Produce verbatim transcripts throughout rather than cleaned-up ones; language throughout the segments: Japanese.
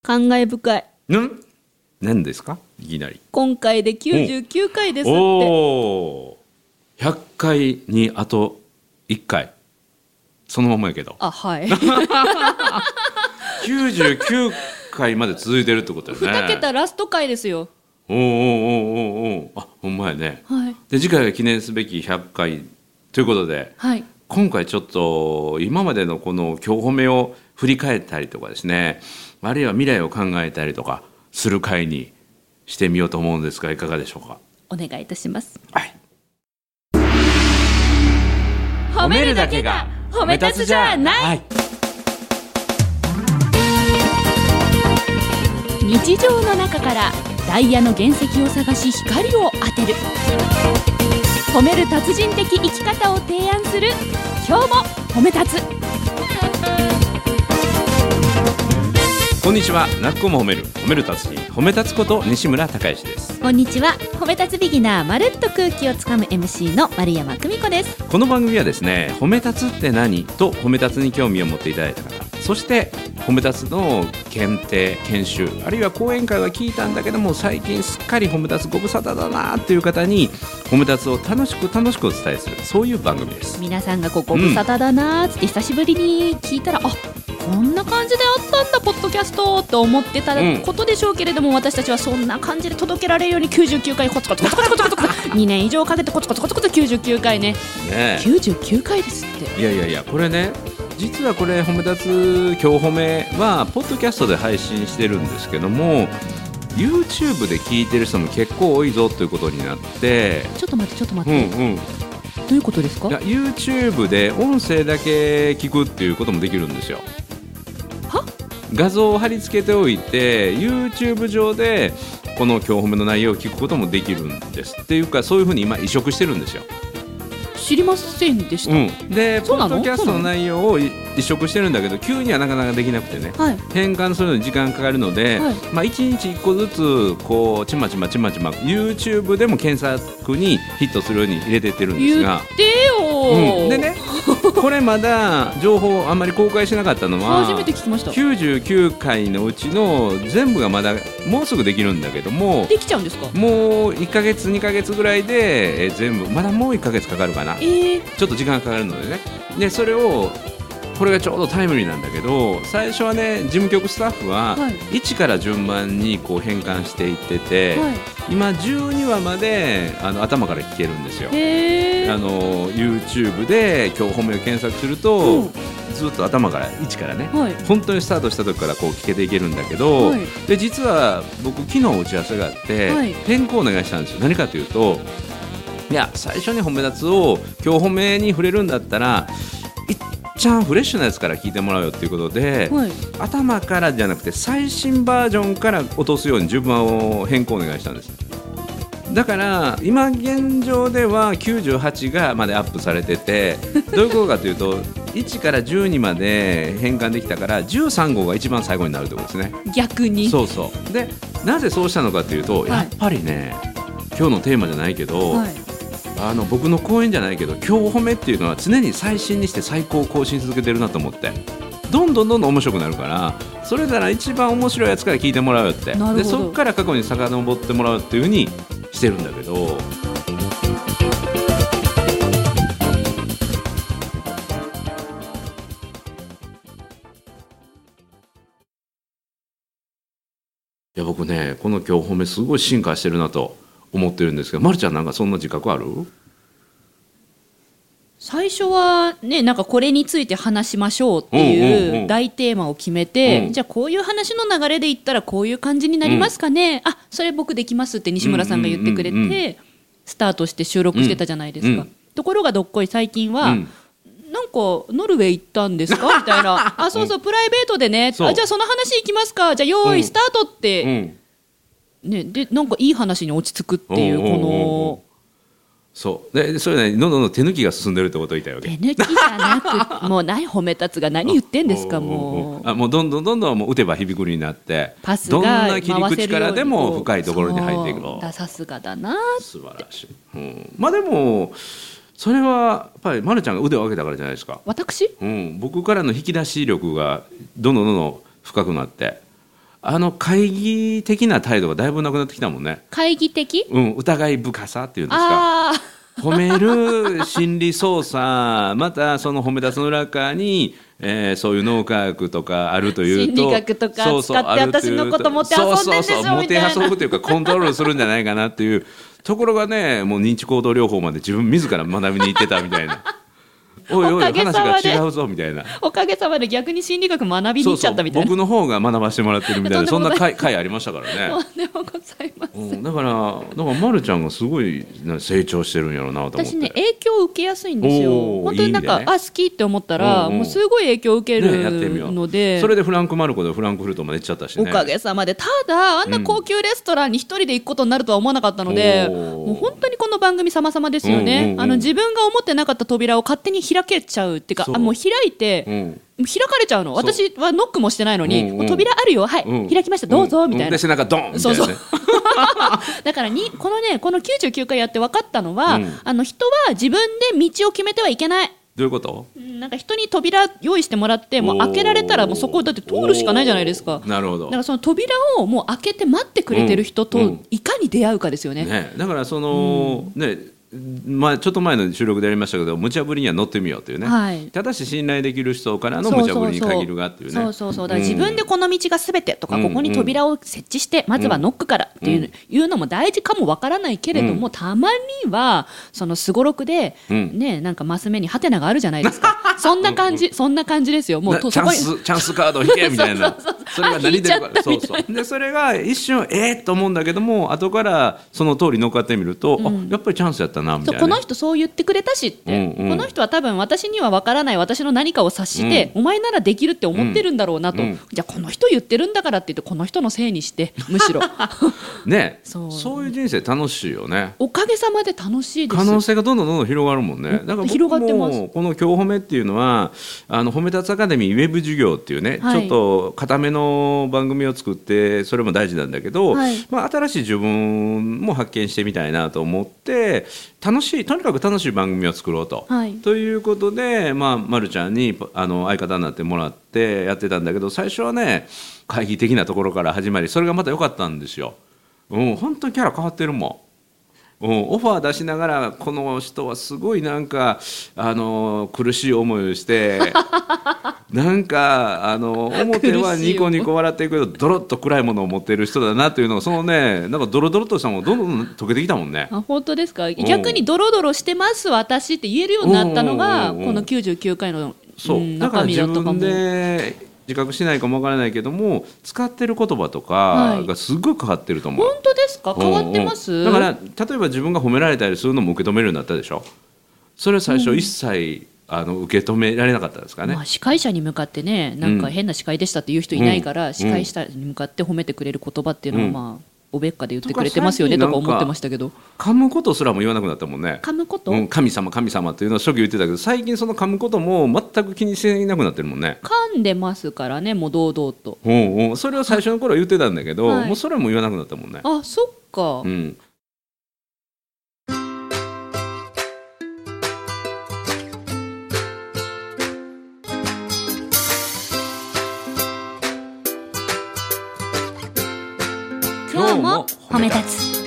感慨深い。 ん何ですかいきなり。 今回できゅうじゅうきゅうかいですって。 おーひゃっかいにあといっかいそのままやけどあ、はいきゅうじゅうきゅうかいまで続いてるってことよね。 にけたラスト回ですよ。 おーおーおーおーおーあ、ほんまやね、 はい、 で次回が記念すべきひゃっかいということで、 はい、 今回ちょっと今までのこの今日褒めを振り返ったりとかですね、あるいは未来を考えたりとかする回にしてみようと思うんですが、いかがでしょうか。 お願いいたします。 はい、 褒めるだけが褒め立つじゃない、はい、日常の中からダイヤの原石を探し光を当てる、褒める達人的生き方を提案する、今日も褒め立つ。 こんにちは。なっこも褒める褒める達人、褒め立つこと西村孝之です。 こんにちは。褒め立つビギナー、まるっと空気をつかむ エムシー の丸山久美子です。 この番組はですね、褒め立つって何と褒め立つに興味を持っていただいた方、そして褒め立つの検定研修、あるいは講演会は聞いたんだけども最近すっかり褒め立つご無沙汰だなっていう方に褒め立つを楽しく楽しくお伝えする、そういう番組です。 皆さんがこうご無沙汰だなって久しぶりに聞いたら、うん、あ、こんな感じであったんだポッドキャストと思ってたことでしょうけれども、うん、私たちはそんな感じで届けられるようにきゅうじゅうきゅうかいコツコツコツコツコツコツコツにねん以上かけてコツコツコツコツきゅうじゅうきゅうかい ね, ねきゅうじゅうきゅうかいですって。 いやいやいや、これね、実はこれ褒め立つ今日褒めはポッドキャストで配信してるんですけども、 YouTube で聞いてる人も結構多いぞということになって。 ちょっと待ってちょっと待って、うんうん、どういうことですか。 いや YouTube で音声だけ聞くっていうこともできるんですよ。 は？ 画像を貼り付けておいて YouTube 上でこの今日褒めの内容を聞くこともできるんですっていうか、そういうふうに今移植してるんですよ。 知りませんでした、 うん、でポッドキャストの内容を移植してるんだけど急にはなかなかできなくてね、はい、変換するのに時間かかるので、はい、まあ、いちにちいっこずつこうちまちまちまちま YouTube でも検索にヒットするように入れてってるんですが、 言ってよ、 うん、でねこれまだ情報あんまり公開しなかったのは初めて聞きました。 きゅうじゅうきゅうかいのうちの全部がまだもうすぐできるんだけども、 できちゃうんですか。 もういっかげつにかげつぐらいで、えー、全部まだもういっかげつかかるかな、えー、ちょっと時間かかるのでね。でそれをこれがちょうどタイムリーなんだけど、最初はね事務局スタッフは一から順番にこう変換していってて、はい、今じゅうにわまであの頭から聞けるんですよ。へー、あの YouTube で今日褒めを検索すると、うん、ずっと頭から一からね、はい、本当にスタートした時からこう聞けていけるんだけど、はい、で実は僕昨日打ち合わせがあって、はい、変更お願いしたんですよ。何かというと、いや最初に褒め立つを今日褒めに触れるんだったらいっちゃんフレッシュなやつから聞いてもらうよということで、はい、頭からじゃなくて最新バージョンから落とすように順番を変更お願いしたんです。だから今現状ではきゅうじゅうはちがまでアップされててどういうことかというといちからじゅうにまで変換できたからじゅうさん号が一番最後になるということですね。 逆に。 そうそうでなぜそうしたのかというと、はい、やっぱりね今日のテーマじゃないけど、はい、あの僕の講演じゃないけど今日褒めっていうのは常に最新にして最高を更新続けてるなと思って、どんどんどんどん面白くなるから、それなら一番面白いやつから聞いてもらうよって、でそこから過去に遡ってもらうっていう風にしてるんだけど、いや僕ねこの今日褒めすごい進化してるなと思ってるんですけど、まるちゃんなんかそんな自覚ある？ 最初はね、なんかこれについて話しましょうっていう大テーマを決めて、うんうん、じゃあこういう話の流れで言ったらこういう感じになりますかね、うん、あそれ僕できますって西村さんが言ってくれてスタートして収録してたじゃないですか、うんうん、ところがどっこい最近は、うん、なんかノルウェー行ったんですかみたいなあそうそうプライベートでね、あじゃあその話いきますか、じゃあ用意スタートって、うんね、でなんかいい話に落ち着くっていう、このそうでそれね、どんどんどん手抜きが進んでるってことを言いたいわけ。 手抜きじゃなくもう何褒め立つが何言ってんですか。もうあもうどんどんどんどんもう打てば響くになってパスどんがな切り口からでも深いところに入っていくの。 さすがだな。 素晴らしい、うん、まあでもそれはやっぱりまるちゃんが腕を上げたからじゃないですか。 私、 うん、僕からの引き出し力がどんどんどんどん深くなって、 あの会議的な態度がだいぶなくなってきたもんね。 会議的、 うん、疑い深さっていうんですか。 あ褒める心理操作、またその褒め立つの裏側に、えー、そういう脳科学とかあるというと、 心理学とか使って私のこと持って遊んでんでしょみたいな、 そうそうそう、持って遊ぶというかコントロールするんじゃないかなっていうところがね、もう認知行動療法まで自分自ら学びに行ってたみたいなおいおい話が違うぞみたいな。 おかげさまで逆に心理学学びに行っちゃったみたいな。 そうそう、僕の方が学ばせてもらってるみたいなそんな回回ありましたからね。 とんでもございます、うん、 だからだからまるちゃんがすごい成長してるんやろうなと思って。 私ね影響を受けやすいんですよ。本当になんかいい、ね、あ好きって思ったら、うんうん、もうすごい影響を受けるので、 ね、それでフランクマルコでフランクフルトまで行っちゃったしね。 おかげさまで。ただあんな高級レストランに一人で行くことになるとは思わなかったので、うん、もう本当にこの番組様々ですよね、うんうんうん、あの自分が思ってなかった扉を勝手に開けちゃうってあもう開いて、うん、開かれちゃうの。私はノックもしてないのに、うんうん、もう扉あるよ、はい、うん、開きましたどうぞ、うん、みたいな、 で背中ドンみたいな、ね、 そうそうだからにこのねこのきゅうじゅうきゅうかいやって分かったのは、うん、あの人は自分で道を決めてはいけない。 どういうこと？ なんか人に扉用意してもらってもう開けられたらもうそこだって通るしかないじゃないですか。 なるほど。 だからその扉をもう開けて待ってくれてる人といかに出会うかですよね。 うんうんね、だからその、うん、ねまあ、ちょっと前の収録でやりましたけど無茶ぶりには乗ってみようというね、はい、ただし信頼できる人からの無茶ぶりに限るがっていうね。 そうそうそう、だから自分でこの道が全てとか、うん、ここに扉を設置してまずはノックからっていう、うん、いうのも大事かもわからないけれども、うん、たまにはそのすごろくで、うんね、なんかマス目にハテナがあるじゃないですかそんな感じ、うんうん、そんな感じですよ。もうチャンス、チャンスカード引けみたいなそうそうそう、それが何でかそうそうでそれが一瞬えー、と思うんだけども後からその通り乗っかってみると、うん、あやっぱりチャンスやったなみたいな、ね、 この人そう言ってくれたしって、うんうん、この人は多分私には分からない私の何かを察して、うん、お前ならできるって思ってるんだろうなと、うん、じゃあこの人言ってるんだからって言ってこの人のせいにしてむしろねそう、そういう人生楽しいよね。 おかげさまで楽しいです。 可能性がどんどんどんどん広がるもんね。だから僕も広がってます。 この今日褒めっていうのはあの褒め立つアカデミーウェブ授業っていうね、はい、ちょっと固めの番組を作ってそれも大事なんだけど、はい、まあ、新しい自分も発見してみたいなと思って楽しいとにかく楽しい番組を作ろうと、はい、ということで、まあ、まるちゃんにあの相方になってもらってやってたんだけど最初はね会議的なところから始まりそれがまた良かったんですよ、うん、本当にキャラ変わってるもん。うん、オファー出しながらこの人はすごいなんかあの苦しい思いをしてなんかあの表はニコニコ笑ってるけどドロッと暗いものを持っている人だなというのがそのねなんかドロドロとしたものどんどん溶けてきたもんね。 あ本当ですか。逆にドロドロしてます私って言えるようになったのがこのきゅうじゅうきゅうかいの、 そう、うん、中身だとかも。だから自分で自覚しないかもわからないけども使ってる言葉とかがすごい変わってると思う、 はい、本当ですか。変わってます、 うんうん、だから例えば自分が褒められたりするのも受け止めるようになったでしょ。それは最初一切、うん、あの受け止められなかったですかね、 まあ、司会者に向かってねなんか変な司会でしたっていう人いないから、うん、司会者に向かって褒めてくれる言葉っていうのはまあ、うんおべっかで言ってくれてますよねとか思ってましたけど噛むことすらも言わなくなったもんね。 噛むこと、 うん、神様神様っていうのは初期言ってたけど最近その噛むことも全く気にしてなくなってるもんね。 噛んでますからねもう堂々と、 うんうん、それを最初の頃は言ってたんだけど、はい、もうそれも言わなくなったもんね。 あそっか、 うん、 今日も褒め立つ。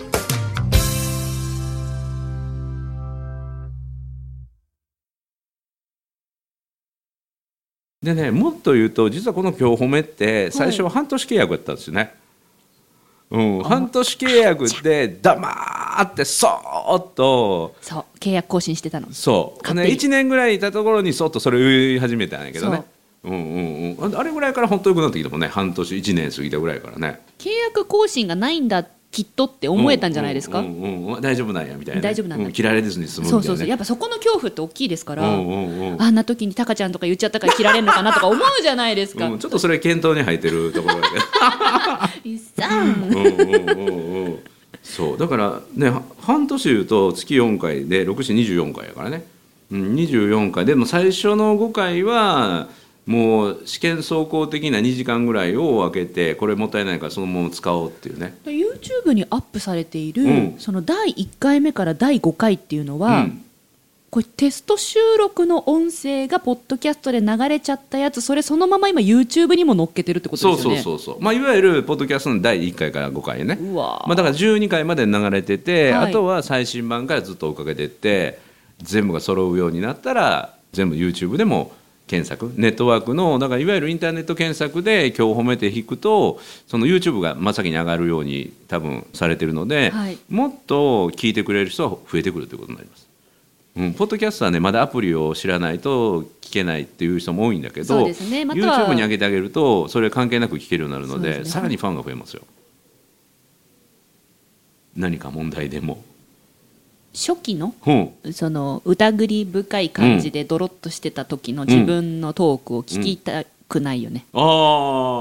でね、もっと言うと実はこの今日褒めって最初は半年契約だったんですよね、はいうん、半年契約で黙ってそーっとそう契約更新してたの。 そう、ね、いちねんぐらいいたところにそっとそれを言い始めたんやけどね。うんうんうん、あれぐらいから本当に良くなってきたもんね。半年いちねん過ぎたぐらいからね。 契約更新がないんだきっとって思えたんじゃないですか、 うんうんうん、大丈夫なんやみたいな、ね、 大丈夫なんだ、うん、 切られずに済むみたいな、 そうそうそうやっぱそこの恐怖って大きいですから、 うんうんうん、 あんな時にタカちゃんとか言っちゃったから切られるのかなとか思うじゃないですか、 うん、ちょっとそれ検討に入ってるところだけどいっさんうんうんうんうんそうだからね半年言うと月よんかいでろく、し、にじゅうよんかいやからね、うん、にじゅうよんかいでも最初のごかいはもう試験走行的なにじかんぐらいを分けてこれもったいないからそのまま使おうっていうね。 YouTube にアップされている、うん、そのだいいっかいめからだいごかいっていうのは、うん、 これテスト収録の音声がポッドキャストで流れちゃったやつ、それそのまま今 YouTube にも載っけてるってことですよね。 そうそうそうそう、まあ、いわゆるポッドキャストのだいいっかいからごかいね。うわ、まあ、だからじゅうにかいまで流れてて、はい、あとは最新版からずっと追っかけてって全部が揃うようになったら全部 YouTube でも検索、ネットワークのだからいわゆるインターネット検索で今日褒めて引くとその YouTube が真っ先に上がるように多分されてるので、はい、もっと聞いてくれる人は増えてくるということになります。うん、ポッドキャストはねまだアプリを知らないと聞けないっていう人も多いんだけど、そうですね、または YouTube に上げてあげるとそれ関係なく聞けるようになるの で, で、ね、さらにファンが増えますよ。何か問題でも初期の、うん、その疑り深い感じでドロッとしてた時の自分のトークを聞きたくないよね、うんうん、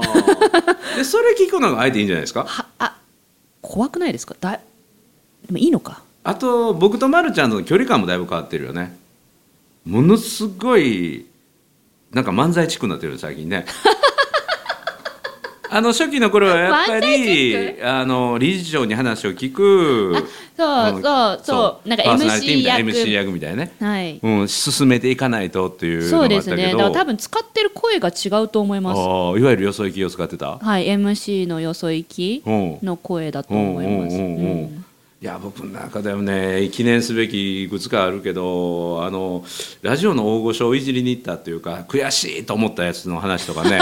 あでそれ聞くのがあえていいんじゃないですか。 はあ、怖くないですか。だでもいいのか。 あと僕とまるちゃんの距離感もだいぶ変わってるよね。ものすごいなんか漫才チックになってるよ最近ねあの初期の頃はやっぱりあの理事長に話を聞く、 あそうそうそうなんか エムシー 役エムシー 役みたいなね、 はいうん、進めていかないとっていうのそうがあったけど、 ですね、だから多分使ってる声が違うと思います。 あいわゆるよそ行きを使ってた、 はい エムシー のよそ行きの声だと思います。 いや僕の中でもね記念すべきいくつかあるけどあのラジオの大御所をいじりに行ったっていうか悔しいと思ったやつの話とかね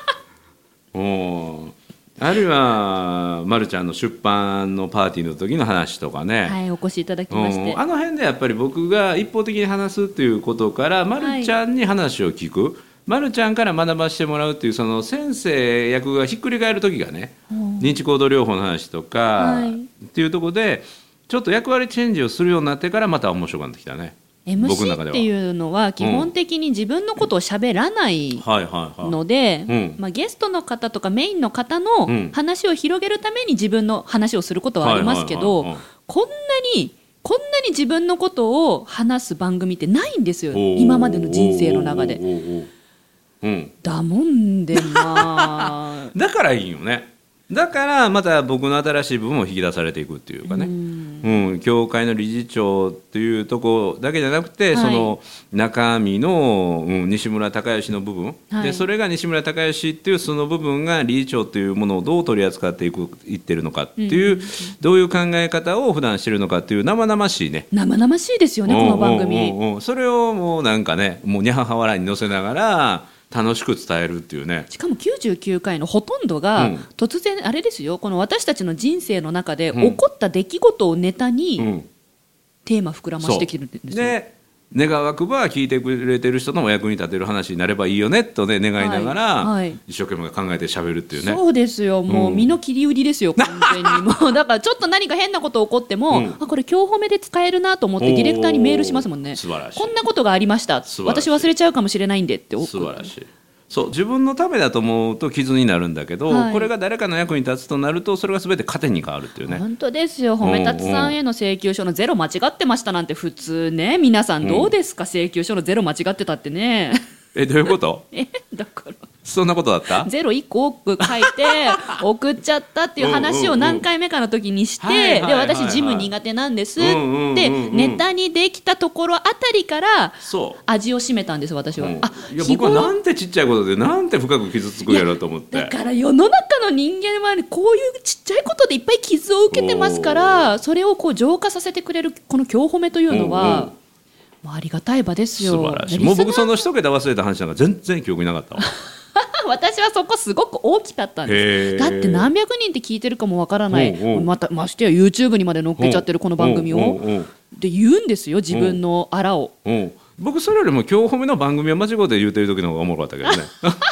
うんあるいはまるちゃんの出版のパーティーの時の話とかね、 はい、お越しいただきまして、 うん、あの辺でやっぱり僕が一方的に話すっていうことからまるちゃんに話を聞く、はい、まるちゃんから学ばせてもらうっていうその先生役がひっくり返る時がね、うん、認知行動療法の話とか、はい、っていうところでちょっと役割チェンジをするようになってからまた面白くなってきたね。 エムシー っていうのは基本的に自分のことを喋らないのでゲストの方とかメインの方の話を広げるために自分の話をすることはありますけど、こんなにこんなに自分のことを話す番組ってないんですよ今までの人生の中で。うん、だもんでなだからいいよね。だからまた僕の新しい部分を引き出されていくっていうかね、うんうん、教会の理事長っていうとこだけじゃなくて、はい、その中身の、うん、西村孝之の部分、はい、でそれが西村孝之っていうその部分が理事長っていうものをどう取り扱っていくいってるのかっていう、うん、どういう考え方を普段してるのかっていう生々しいね生々しいですよねこの番組。 おうおうおうそれをもうなんかねもうにゃはは笑いに乗せながら楽しく伝えるっていうね。 しかもきゅうじゅうきゅうかいのほとんどが、うん、突然あれですよこの私たちの人生の中で起こった出来事をネタに、うん、テーマ膨らましてきてるんですよ。 で願わくば聞いてくれてる人のお役に立てる話になればいいよねとね願いながら、はいはい、一生懸命考えて喋るっていうね。 そうですよもう身の切り売りですよ、うん、完全にもうだからちょっと何か変なこと起こっても、うん、あこれ今日褒めで使えるなと思ってディレクターにメールしますもんね。 素晴らしい。 こんなことがありました私忘れちゃうかもしれないんでって素晴らしい。そう自分のためだと思うと傷になるんだけど、はい、これが誰かの役に立つとなるとそれが全て糧に変わるっていうね。 本当ですよ。褒め立つさんへの請求書のゼロ間違ってましたなんて普通ね皆さんどうですか、うん、請求書のゼロ間違ってたってねえどういうことえだからそんなことだった？ ゼロいっこ多く書いて送っちゃったっていう話を何回目かの時にしてで私ジム苦手なんですってネタにできたところあたりから味を占めたんです私は、うん、あいや僕はなんてちっちゃいことでなんて深く傷つくやろうと思って。 だから世の中の人間は、ね、こういうちっちゃいことでいっぱい傷を受けてますからそれをこう浄化させてくれるこの今日褒めというのは、うんうんもうありがたい場ですよ。 素晴らしい。もう僕その一桁忘れた話なんか全然記憶なかったわ私はそこすごく大きかったんです。だって何百人って聞いてるかもわからない、おうおうまたましてや YouTube にまで載っけちゃってるこの番組を、おうおうおうで言うんですよ自分のあらを。 おうおう僕それよりも今日褒めの番組は間違って言うてる時の方がおもろかったけどね今日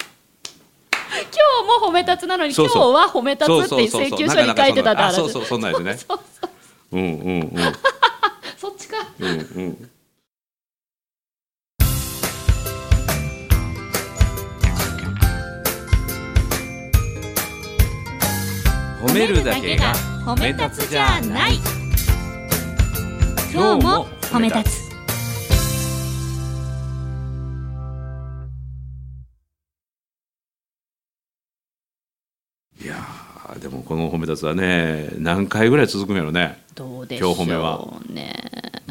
も褒め立つなのにそうそう今日は褒め立つって請求書に書いてたからそうそうそんなんですねそうそうそううんうんうんそっちかうんうん褒めるだけが褒め立つじゃない。 今日も褒め立つ。 いやでもこの褒め立つはね何回ぐらい続くんやろね。 どうでしょうね。 今日褒めはもう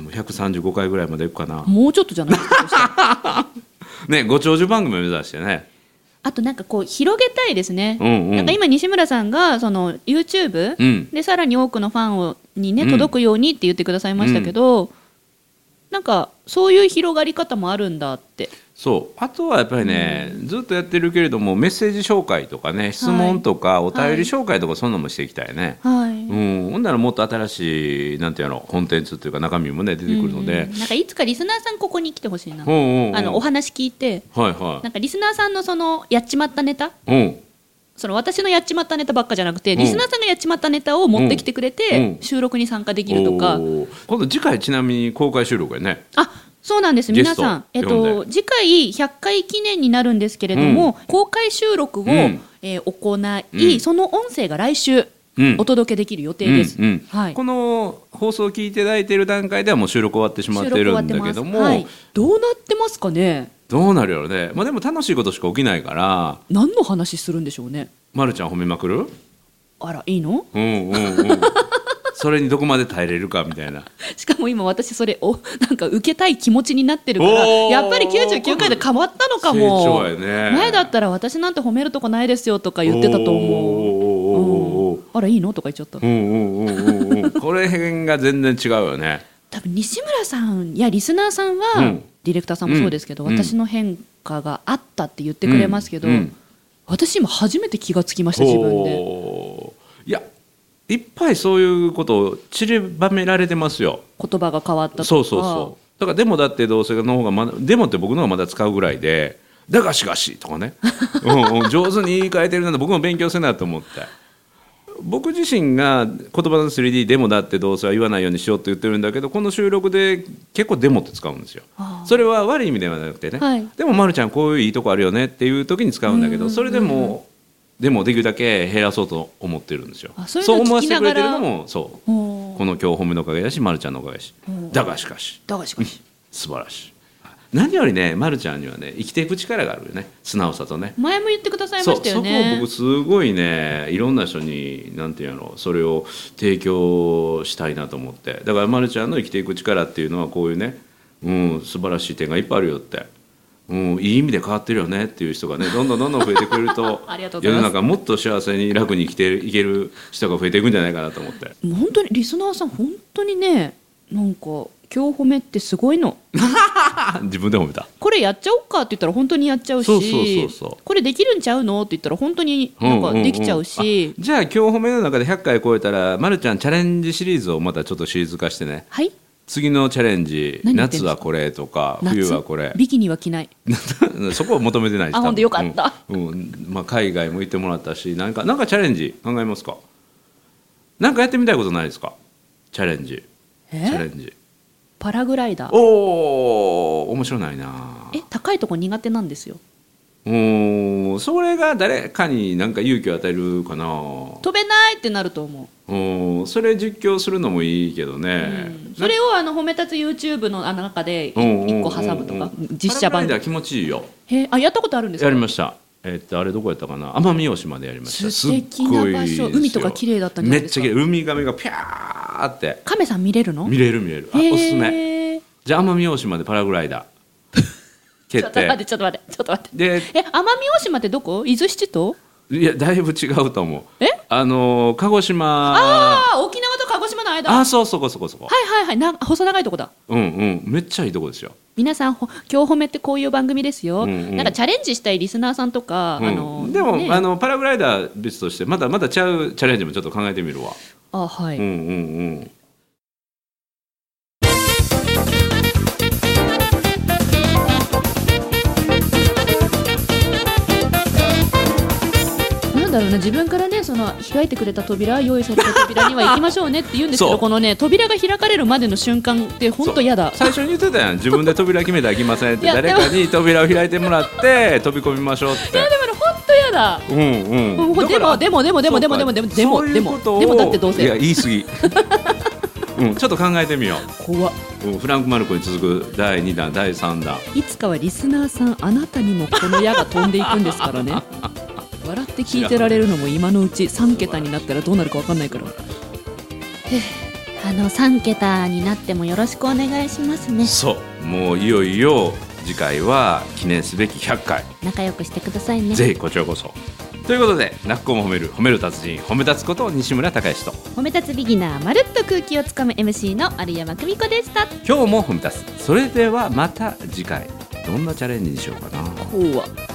ひゃくさんじゅうごかいぐらいまでいくかな。 もうちょっとじゃないですかね、ご長寿番組を目指してね。 あとなんかこう広げたいですね、 うんうん、 なんか今西村さんがその YouTube、うん、でさらに多くのファンをにね届くようにって言ってくださいましたけど、うん、なんかそういう広がり方もあるんだって。 そうあとはやっぱりね、うん、ずっとやってるけれどもメッセージ紹介とかね質問とかお便り紹介とかそんなのもしていきたいね、はいうん、ほんならもっと新しいなんていうのコンテンツというか中身もね出てくるので、 うん、なんかいつかリスナーさんここに来てほしいな、うんうんうん、あのお話聞いて、はいはい、なんかリスナーさんのそのやっちまったネタ、うんその私のやっちまったネタばっかじゃなくて、うん、リスナーさんがやっちまったネタを持ってきてくれて、うん、収録に参加できるとか、うん、 今度次回ちなみに公開収録やね。 あそうなんです皆さん、えっと、次回ひゃっかい記念になるんですけれども、うん、公開収録を、うんえー、行い、うん、その音声が来週、うん、お届けできる予定です、うんうんはい、 この放送を聞いていただいている段階ではもう収録終わってしまってるんだけども、はい、 どうなってますかね。 どうなるよね、まあ、でも楽しいことしか起きないから何の話するんでしょうね。 まるちゃん褒めまくる。 あらいいの、 うんうんうんそれにどこまで耐えれるかみたいな。 しかも今私それをなんか受けたい気持ちになってるからやっぱりきゅうじゅうきゅうかいで変わったのかも。 成長やね。 前だったら私なんて褒めるとこないですよとか言ってたと思う、うん、あらいいのとか言っちゃった、うんうんうんうん、 これ辺が全然違うよね。 多分西村さんやリスナーさんは、うん、ディレクターさんもそうですけど、うん、私の変化があったって言ってくれますけど、うんうん、私今初めて気がつきました自分で。 いやいっぱいそういうことを散りばめられてますよ。 言葉が変わったとか。 そうそうそう。だからでもだってどうせの方がまだでもって僕の方がまだ使うぐらいでだがしかしとかね、うんうん、上手に言い換えてるなんて僕も勉強せなと思って僕自身が言葉の スリーディー でもだってどうせは言わないようにしようって言ってるんだけどこの収録で結構デモって使うんですよ。それは悪い意味ではなくてね、はい、でもまるちゃんこういういいとこあるよねっていう時に使うんだけどそれでもでもできるだけ減らそうと思ってるんですよ。 そういうの聞きながら、そう思わせてくれてるのもそうこの今日褒めのおかげだしまるちゃんのおかげだしだがしかしだがしかし素晴らしい。何よりねまるちゃんにはね生きていく力があるよね。素直さとね。 前も言ってくださいましたよね。 そ, そこを僕すごいねいろんな人になんていうのそれを提供したいなと思ってだからまるちゃんの生きていく力っていうのはこういうね、うん、素晴らしい点がいっぱいあるよってうん、いい意味で変わってるよねっていう人がねどんどんどんどん増えてくれると世の中もっと幸せに楽に生きていける人が増えていくんじゃないかなと思って。 本当にリスナーさん本当にねなんか今日褒めってすごいの自分で褒めた。 これやっちゃおうかって言ったら本当にやっちゃうしそうそうそうそうこれできるんちゃうのって言ったら本当になんかできちゃうし、うんうんうん、 じゃあ今日褒めの中でひゃっかい超えたらまるちゃんチャレンジシリーズをまたちょっとシリーズ化してね。はい次のチャレンジ夏はこれとか冬はこれビキニは着ないそこを求めてないしあ本当よかった、 うんうんまあ、海外も行ってもらったしなんか、なんかチャレンジ考えますか。なんかやってみたいことないですか。チャレンジチャレンジパラグライダーおー面白ないな。 え高いとこ苦手なんですよ。 うんそれが誰かに何か勇気を与えるかな。 飛べないってなると思う。 うんそれ実況するのもいいけどね、 うん、それをあの褒め立つ YouTube の中でいっこ挟むとか実写版で気持ちいいよ。 へあやったことあるんですか。 やりました。えー、っとあれどこやったかな奄美大島でやりました。 素敵な場所海とか綺麗だったんじゃないですか。 めっちゃ綺麗ウミガメがピャーってカメさん見れるの。 見れる見れるあおすすめ。じゃあ奄美大島でパラグライダーちょっと待ってちょっと待ってちょっと待ってでえ奄美大島ってどこ。伊豆七島。 いやだいぶ違うと思う。えあの鹿児島ああ沖縄と鹿児島の間あそうそこそこそこはいはいはいな細長いとこだ。 うんうんめっちゃいいとこですよ。 皆さん今日褒めってこういう番組ですよ、うんうん、なんかチャレンジしたいリスナーさんとか、うん、あのでも、ね、あのパラグライダー別としてまだまだちゃうチャレンジもちょっと考えてみるわ。 あはいうんうんうんなんだろうな自分からねその開いてくれた扉用意された扉には行きましょうねって言うんですけどこのね扉が開かれるまでの瞬間って本当嫌だ。 最初に言ってたやん自分で扉決めて開きませんって誰かに扉を開いてもらって飛び込みましょうって。 いやでもね本当嫌だ。うんうんでもでもでもでもでもでもでもでもでもでもだってどうせいや言い過ぎうん、ちょっと考えてみよう。怖っ、 うん、フランク・マルコに続くだいにだんだいさんだんいつかはリスナーさんあなたにもこの矢が飛んでいくんですからね笑って聞いてられるのも今のうちさんけたになったらどうなるか分かんないから。はあのさん桁になってもよろしくお願いしますね。 そうもういよいよ次回は記念すべきひゃっかい、 仲良くしてくださいね。 ぜひこちらこそ。ということで、泣く子も褒める褒める達人、褒め立つこと西村孝之と褒め立つビギナー、まるっと空気をつかむ エムシー の有山久美子でした。 今日も褒め立つ。それではまた次回、どんなチャレンジにしようかな。 ほうわ